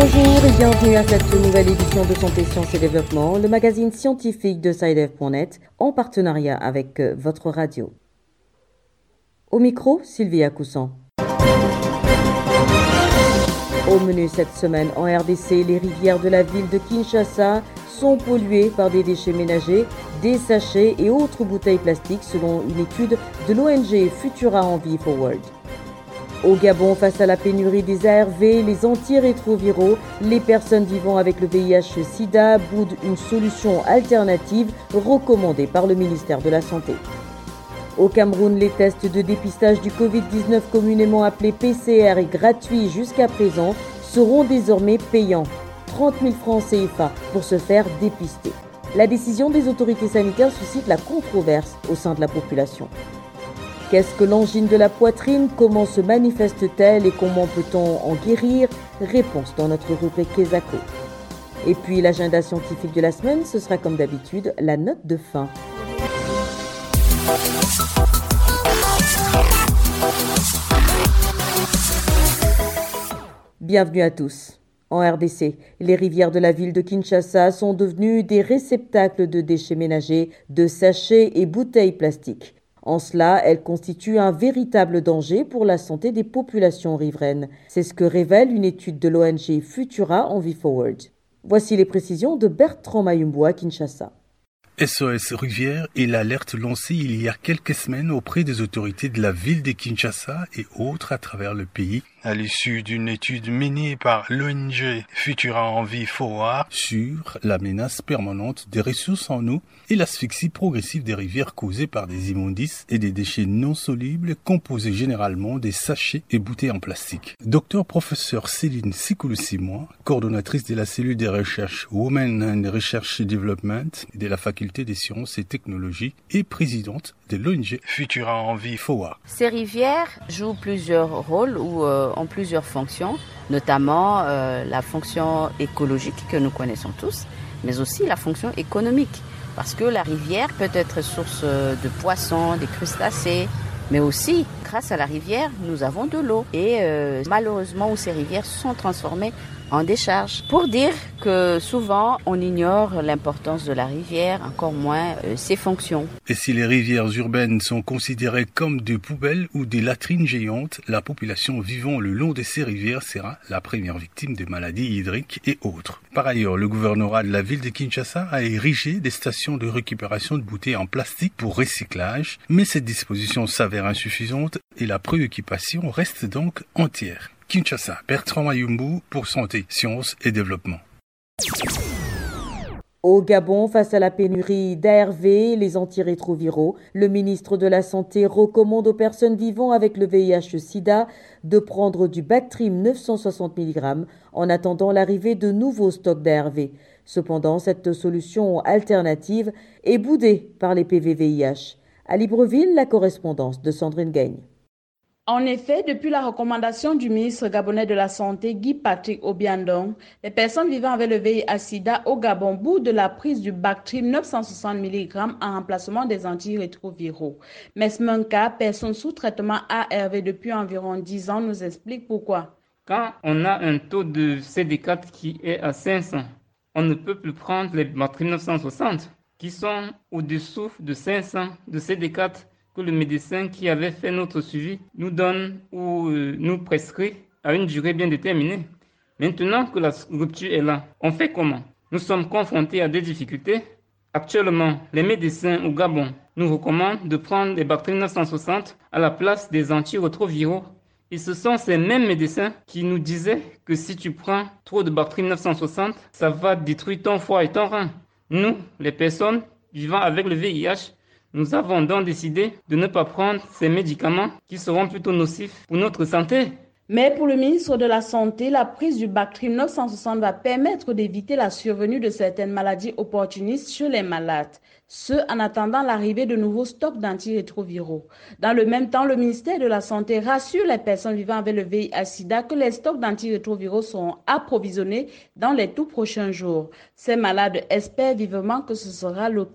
Bonjour et bienvenue à cette nouvelle édition de Santé, Sciences et Développement, le magazine scientifique de SciDev.net en partenariat avec votre radio. Au micro, Sylvia Coussant. Au menu cette semaine, en RDC, les rivières de la ville de Kinshasa sont polluées par des déchets ménagers, des sachets et autres bouteilles plastiques selon une étude de l'ONG Futura Envie Forward. Au Gabon, face à la pénurie des ARV, les antirétroviraux, les personnes vivant avec le VIH-Sida boudent une solution alternative recommandée par le ministère de la Santé. Au Cameroun, les tests de dépistage du Covid-19 communément appelés PCR et gratuits jusqu'à présent seront désormais payants. 30 000 francs CFA pour se faire dépister. La décision des autorités sanitaires suscite la controverse au sein de la population. Qu'est-ce que l'angine de la poitrine? Comment se manifeste-t-elle et comment peut-on en guérir? Réponse dans notre rubrique Kesako. Et puis l'agenda scientifique de la semaine, ce sera comme d'habitude la note de fin. Bienvenue à tous. En RDC, les rivières de la ville de Kinshasa sont devenues des réceptacles de déchets ménagers, de sachets et bouteilles plastiques. En cela, elles constituent un véritable danger pour la santé des populations riveraines. C'est ce que révèle une étude de l'ONG Futura Envie Forward. Voici les précisions de Bertrand Mayumbo à Kinshasa. SOS Rivière est l'alerte lancée il y a quelques semaines auprès des autorités de la ville de Kinshasa et autres à travers le pays, à l'issue d'une étude menée par l'ONG Futura Envie Forward sur la menace permanente des ressources en eau et l'asphyxie progressive des rivières causée par des immondices et des déchets non solubles composés généralement des sachets et bouteilles en plastique. Docteur professeur Céline Sikulu-Simon, coordonnatrice de la cellule de recherche Women and Research Development de la faculté des sciences et technologies et présidente de l'ONG Futura Envie Forward. Ces rivières jouent plusieurs rôles ou ont plusieurs fonctions, notamment la fonction écologique que nous connaissons tous, mais aussi la fonction économique. Parce que la rivière peut être source de poissons, des crustacés, mais aussi, grâce à la rivière, nous avons de l'eau. Et malheureusement, où ces rivières sont transformées en décharge. Pour dire que souvent, on ignore l'importance de la rivière, encore moins ses fonctions. Et si les rivières urbaines sont considérées comme des poubelles ou des latrines géantes, la population vivant le long de ces rivières sera la première victime de maladies hydriques et autres. Par ailleurs, le gouvernorat de la ville de Kinshasa a érigé des stations de récupération de bouteilles en plastique pour recyclage, mais cette disposition s'avère insuffisante et la préoccupation reste donc entière. Kinshasa, Bertrand Mayumbu pour Santé, Sciences et Développement. Au Gabon, face à la pénurie d'ARV, les antirétroviraux, le ministre de la Santé recommande aux personnes vivant avec le VIH-Sida de prendre du Bactrim 960 mg en attendant l'arrivée de nouveaux stocks d'ARV. Cependant, cette solution alternative est boudée par les PVVIH. À Libreville, la correspondance de Sandrine Gagne. En effet, depuis la recommandation du ministre gabonais de la Santé, Guy Patrick Obiandong, les personnes vivant avec le VIH-Sida au Gabon boudent de la prise du Bactrim 960 mg en remplacement des antirétroviraux. Mesmenka, personne sous traitement ARV depuis environ 10 ans, nous explique pourquoi. Quand on a un taux de CD4 qui est à 500, on ne peut plus prendre les Bactrim 960 qui sont au-dessous de 500 de CD4 que le médecin qui avait fait notre suivi nous donne ou nous prescrit à une durée bien déterminée. Maintenant que la rupture est là, on fait comment? Nous sommes confrontés à des difficultés. Actuellement, les médecins au Gabon nous recommandent de prendre des Bactrim 960 à la place des antirétroviraux. Et ce sont ces mêmes médecins qui nous disaient que si tu prends trop de Bactrim 960, ça va détruire ton foie et ton rein. Nous, les personnes vivant avec le VIH, nous avons donc décidé de ne pas prendre ces médicaments qui seront plutôt nocifs pour notre santé. Mais pour le ministre de la Santé, la prise du Bactrim 960 va permettre d'éviter la survenue de certaines maladies opportunistes chez les malades, ce en attendant l'arrivée de nouveaux stocks d'antirétroviraux. Dans le même temps, le ministère de la Santé rassure les personnes vivant avec le VIH-Sida que les stocks d'antirétroviraux seront approvisionnés dans les tout prochains jours. Ces malades espèrent vivement que ce sera le cas.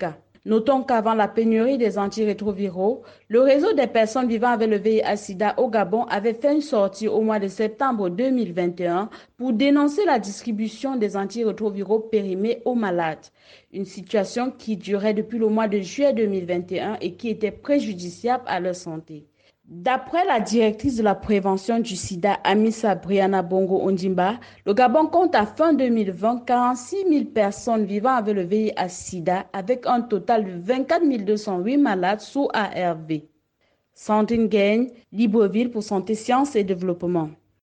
Notons qu'avant la pénurie des antirétroviraux, le réseau des personnes vivant avec le VIH/SIDA au Gabon avait fait une sortie au mois de septembre 2021 pour dénoncer la distribution des antirétroviraux périmés aux malades. Une situation qui durait depuis le mois de juillet 2021 et qui était préjudiciable à leur santé. D'après la directrice de la prévention du sida, Amissa Briana Bongo Ondimba, le Gabon compte à fin 2020 46 000 personnes vivant avec le VIH/SIDA avec un total de 24 208 malades sous ARV. Sandrine Gagne, Libreville pour Santé, Sciences et Développement.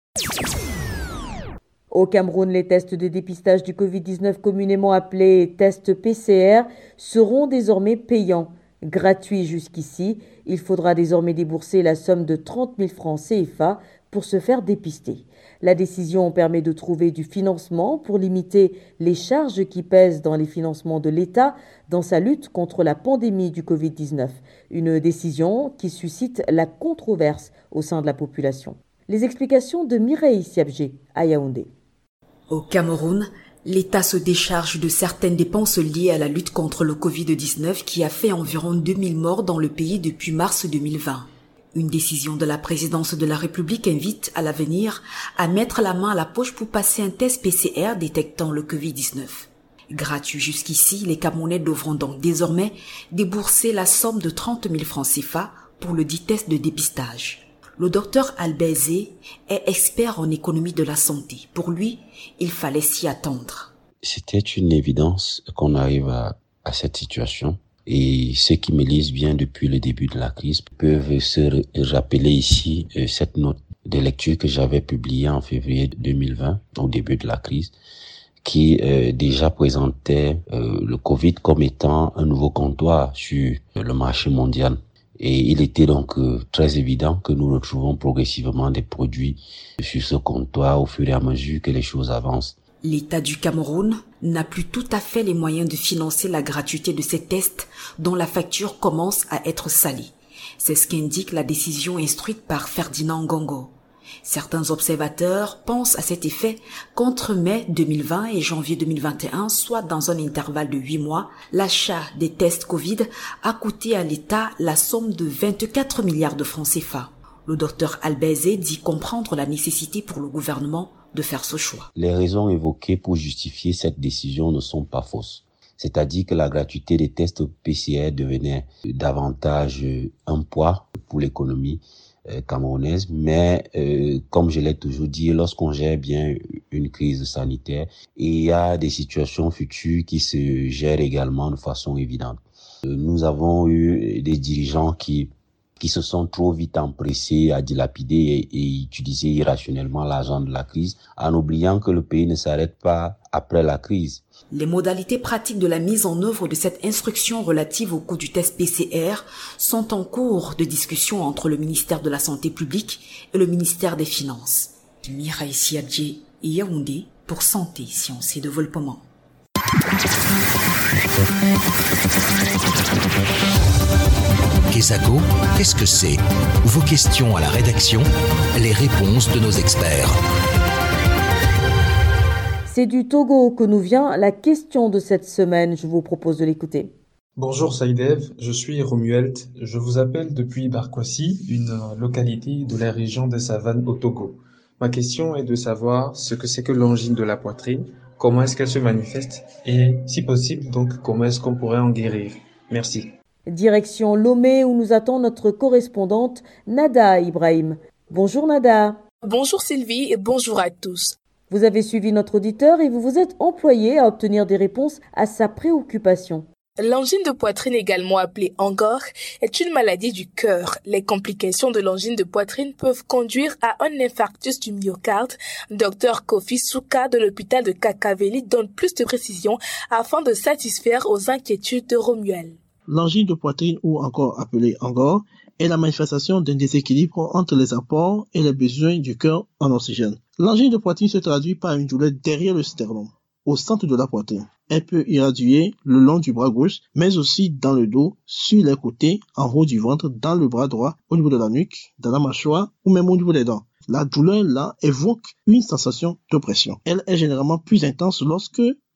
Au Cameroun, les tests de dépistage du Covid-19 communément appelés tests PCR seront désormais payants. Gratuit jusqu'ici, il faudra désormais débourser la somme de 30 000 francs CFA pour se faire dépister. La décision permet de trouver du financement pour limiter les charges qui pèsent dans les financements de l'État dans sa lutte contre la pandémie du Covid-19. Une décision qui suscite la controverse au sein de la population. Les explications de Mireille Siabgé à Yaoundé. Au Cameroun, l'État se décharge de certaines dépenses liées à la lutte contre le Covid-19 qui a fait environ 2000 morts dans le pays depuis mars 2020. Une décision de la présidence de la République invite à l'avenir à mettre la main à la poche pour passer un test PCR détectant le Covid-19. Gratuit jusqu'ici, les Camerounais devront donc désormais débourser la somme de 30 000 francs CFA pour le dit test de dépistage. Le docteur Albezé est expert en économie de la santé. Pour lui, il fallait s'y attendre. C'était une évidence qu'on arrive à cette situation. Et ceux qui me lisent bien depuis le début de la crise peuvent se rappeler ici cette note de lecture que j'avais publiée en février 2020, au début de la crise, qui déjà présentait le Covid comme étant un nouveau comptoir sur le marché mondial. Et il était donc très évident que nous retrouvons progressivement des produits sur ce comptoir au fur et à mesure que les choses avancent. L'État du Cameroun n'a plus tout à fait les moyens de financer la gratuité de ces tests dont la facture commence à être salée. C'est ce qu'indique la décision instruite par Ferdinand Ngongo. Certains observateurs pensent à cet effet qu'entre mai 2020 et janvier 2021, soit dans un intervalle de 8 mois, l'achat des tests Covid a coûté à l'État la somme de 24 milliards de francs CFA. Le docteur Albezé dit comprendre la nécessité pour le gouvernement de faire ce choix. Les raisons évoquées pour justifier cette décision ne sont pas fausses. C'est-à-dire que la gratuité des tests PCR devenait davantage un poids pour l'économie camerounaise, mais comme je l'ai toujours dit, lorsqu'on gère bien une crise sanitaire, il y a des situations futures qui se gèrent également de façon évidente. Nous avons eu des dirigeants qui se sont trop vite empressés à dilapider et utiliser irrationnellement l'argent de la crise, en oubliant que le pays ne s'arrête pas après la crise. Les modalités pratiques de la mise en œuvre de cette instruction relative au coût du test PCR sont en cours de discussion entre le ministère de la Santé publique et le ministère des Finances. Mireille Siabgé et Yaoundé pour Santé, Sciences et Développement. Kesako, qu'est-ce que c'est? Vos questions à la rédaction, les réponses de nos experts. C'est du Togo que nous vient la question de cette semaine. Je vous propose de l'écouter. Bonjour Saïdev, je suis Romuald. Je vous appelle depuis Barkwasi, une localité de la région des Savanes au Togo. Ma question est de savoir ce que c'est que l'angine de la poitrine, comment est-ce qu'elle se manifeste et, si possible, donc comment est-ce qu'on pourrait en guérir. Merci. Direction Lomé où nous attend notre correspondante Nada Ibrahim. Bonjour Nada. Bonjour Sylvie et bonjour à tous. Vous avez suivi notre auditeur et vous vous êtes employé à obtenir des réponses à sa préoccupation. L'angine de poitrine, également appelée angor, est une maladie du cœur. Les complications de l'angine de poitrine peuvent conduire à un infarctus du myocarde. Dr Kofi Souka de l'hôpital de Kakaveli donne plus de précisions afin de satisfaire aux inquiétudes de Romuald. L'angine de poitrine, ou encore appelée angor, est la manifestation d'un déséquilibre entre les apports et les besoins du cœur en oxygène. L'angine de poitrine se traduit par une douleur derrière le sternum, au centre de la poitrine. Elle peut irradier le long du bras gauche, mais aussi dans le dos, sur les côtés, en haut du ventre, dans le bras droit, au niveau de la nuque, dans la mâchoire ou même au niveau des dents. La douleur là évoque une sensation d'oppression. Elle est généralement plus intense lorsque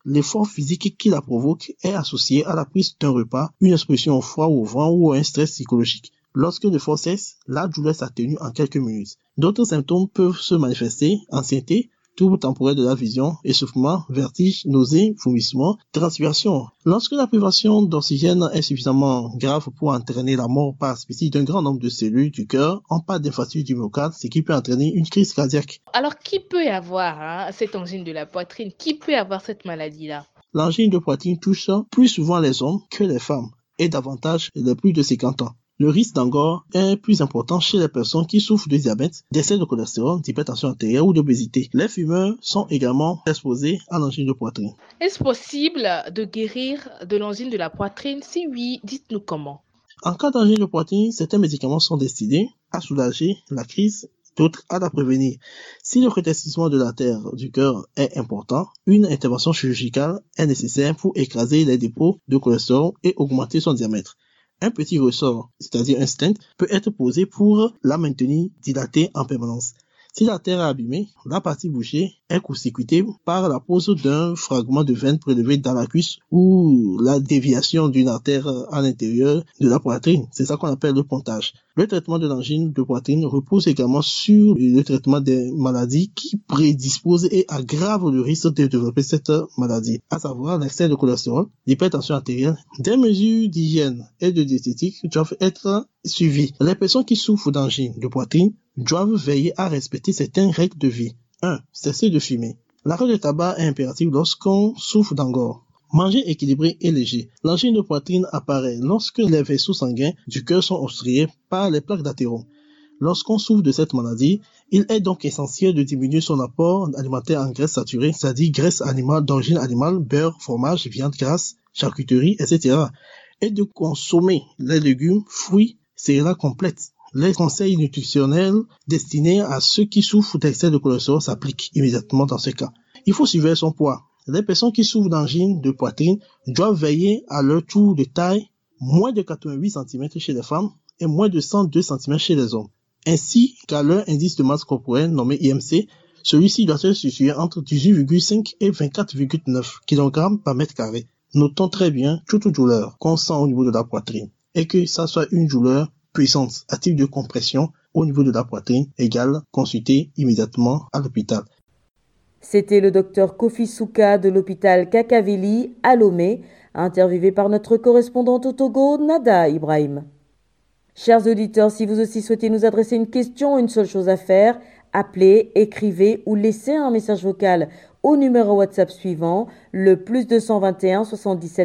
l'effort physique qui la provoque est associé à la prise d'un repas, une exposition au froid ou au vent ou à un stress psychologique. Lorsque l'effort cesse, la douleur s'atténue en quelques minutes. D'autres symptômes peuvent se manifester: anxiété, troubles temporaires de la vision, essoufflement, vertige, nausées, vomissements, transpiration. Lorsque la privation d'oxygène est suffisamment grave pour entraîner la mort par asphyxie d'un grand nombre de cellules du cœur, on parle d'infarctus du myocarde, ce qui peut entraîner une crise cardiaque. Alors, qui peut avoir cette angine de la poitrine? Qui peut avoir cette maladie-là? L'angine de poitrine touche plus souvent les hommes que les femmes, et davantage les plus de 50 ans. Le risque d'angor est plus important chez les personnes qui souffrent de diabète, d'excès de cholestérol, d'hypertension artérielle ou d'obésité. Les fumeurs sont également exposés à l'angine de poitrine. Est-ce possible de guérir de l'angine de la poitrine? Si oui, dites-nous comment. En cas d'angine de poitrine, certains médicaments sont destinés à soulager la crise, d'autres à la prévenir. Si le rétrécissement de l'artère du cœur est important, une intervention chirurgicale est nécessaire pour écraser les dépôts de cholestérol et augmenter son diamètre. Un petit ressort, c'est-à-dire un stent, peut être posé pour la maintenir dilatée en permanence. Si l'artère est abîmée, la partie bouchée est court-circuitée par la pose d'un fragment de veine prélevé dans la cuisse ou la déviation d'une artère à l'intérieur de la poitrine. C'est ça qu'on appelle le pontage. Le traitement de l'angine de poitrine repose également sur le traitement des maladies qui prédisposent et aggravent le risque de développer cette maladie, à savoir l'excès de cholestérol, l'hypertension artérielle. Des mesures d'hygiène et de diététique doivent être suivies. Les personnes qui souffrent d'angine de poitrine doivent veiller à respecter certaines règles de vie. 1. Cesser de fumer. L'arrêt de tabac est impératif lorsqu'on souffre d'angor. Manger équilibré et léger. L'angine de poitrine apparaît lorsque les vaisseaux sanguins du cœur sont obstrués par les plaques d'athérome. Lorsqu'on souffre de cette maladie, il est donc essentiel de diminuer son apport alimentaire en graisse saturée, c'est-à-dire graisse animale, d'origine animale, beurre, fromage, viande grasse, charcuterie, etc. et de consommer les légumes, fruits, céréales complètes. Les conseils nutritionnels destinés à ceux qui souffrent d'excès de cholestérol s'appliquent immédiatement dans ce cas. Il faut surveiller son poids. Les personnes qui souffrent d'angine de poitrine doivent veiller à leur tour de taille, moins de 88 cm chez les femmes et moins de 102 cm chez les hommes, ainsi qu'à leur indice de masse corporelle nommé IMC. Celui-ci doit se situer entre 18,5 et 24,9 kg par mètre carré. Notons très bien toute douleur qu'on sent au niveau de la poitrine et que ça soit une douleur puissante à type de compression au niveau de la poitrine égale consulter immédiatement à l'hôpital. C'était le docteur Kofi Souka de l'hôpital Kakaveli à Lomé, interviewé par notre correspondante au Togo, Nada Ibrahim. Chers auditeurs, si vous aussi souhaitez nous adresser une question, une seule chose à faire, appelez, écrivez ou laissez un message vocal au numéro WhatsApp suivant, le +221 77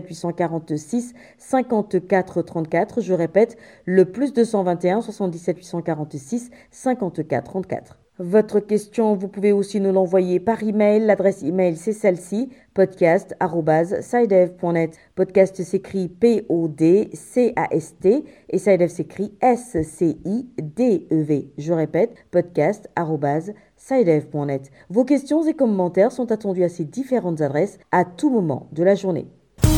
846 54 34. Je répète, le +221 77 846 54 34. Votre question, vous pouvez aussi nous l'envoyer par email. L'adresse email, c'est celle-ci, podcast@sidev.net. Podcast s'écrit P-O-D-C-A-S-T et Sidev s'écrit S-C-I-D-E-V. Je répète, podcast@sidev.net. Vos questions et commentaires sont attendus à ces différentes adresses à tout moment de la journée.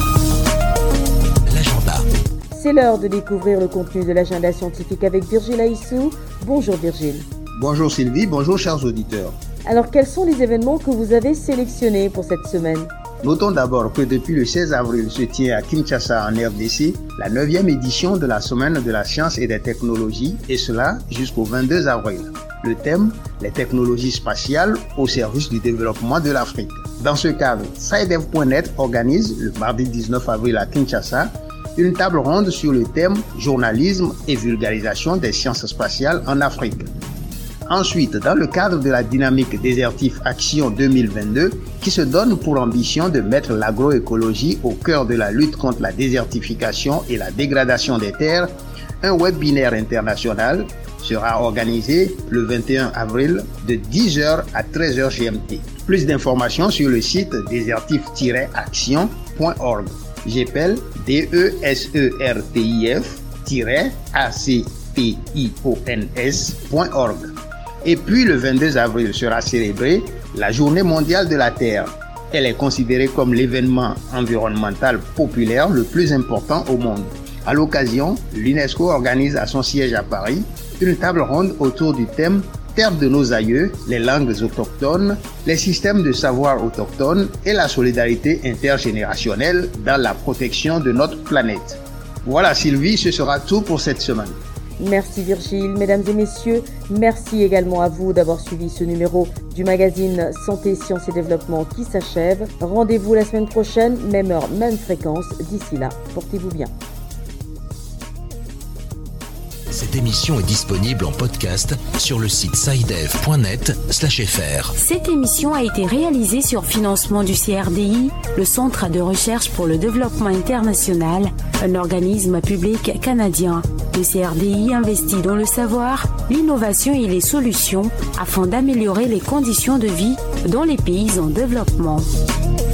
L'agenda. C'est l'heure de découvrir le contenu de l'agenda scientifique avec Virgile Aissou. Bonjour Virgile. Bonjour Sylvie, bonjour chers auditeurs. Alors quels sont les événements que vous avez sélectionnés pour cette semaine ? Notons d'abord que depuis le 16 avril se tient à Kinshasa en RDC la 9e édition de la Semaine de la Science et des Technologies et cela jusqu'au 22 avril. Le thème, les technologies spatiales au service du développement de l'Afrique. Dans ce cadre, SciDev.net organise le mardi 19 avril à Kinshasa une table ronde sur le thème journalisme et vulgarisation des sciences spatiales en Afrique. Ensuite, dans le cadre de la dynamique Désertif Action 2022, qui se donne pour ambition de mettre l'agroécologie au cœur de la lutte contre la désertification et la dégradation des terres, un webinaire international sera organisé le 21 avril de 10h à 13h GMT. Plus d'informations sur le site désertif-action.org. J'appelle DESERTIF-ACTIONS.org. Et puis le 22 avril sera célébrée la Journée mondiale de la Terre. Elle est considérée comme l'événement environnemental populaire le plus important au monde. À l'occasion, l'UNESCO organise à son siège à Paris une table ronde autour du thème « terres de nos aïeux, les langues autochtones, les systèmes de savoir autochtones et la solidarité intergénérationnelle dans la protection de notre planète. Voilà Sylvie, ce sera tout pour cette semaine. Merci Virgile. Mesdames et messieurs, merci également à vous d'avoir suivi ce numéro du magazine Santé, Sciences et Développement qui s'achève. Rendez-vous la semaine prochaine, même heure, même fréquence. D'ici là, portez-vous bien. Cette émission est disponible en podcast sur le site scidev.net/fr. Cette émission a été réalisée sur financement du CRDI, le Centre de recherche pour le développement international, un organisme public canadien. Le CRDI investit dans le savoir, l'innovation et les solutions afin d'améliorer les conditions de vie dans les pays en développement.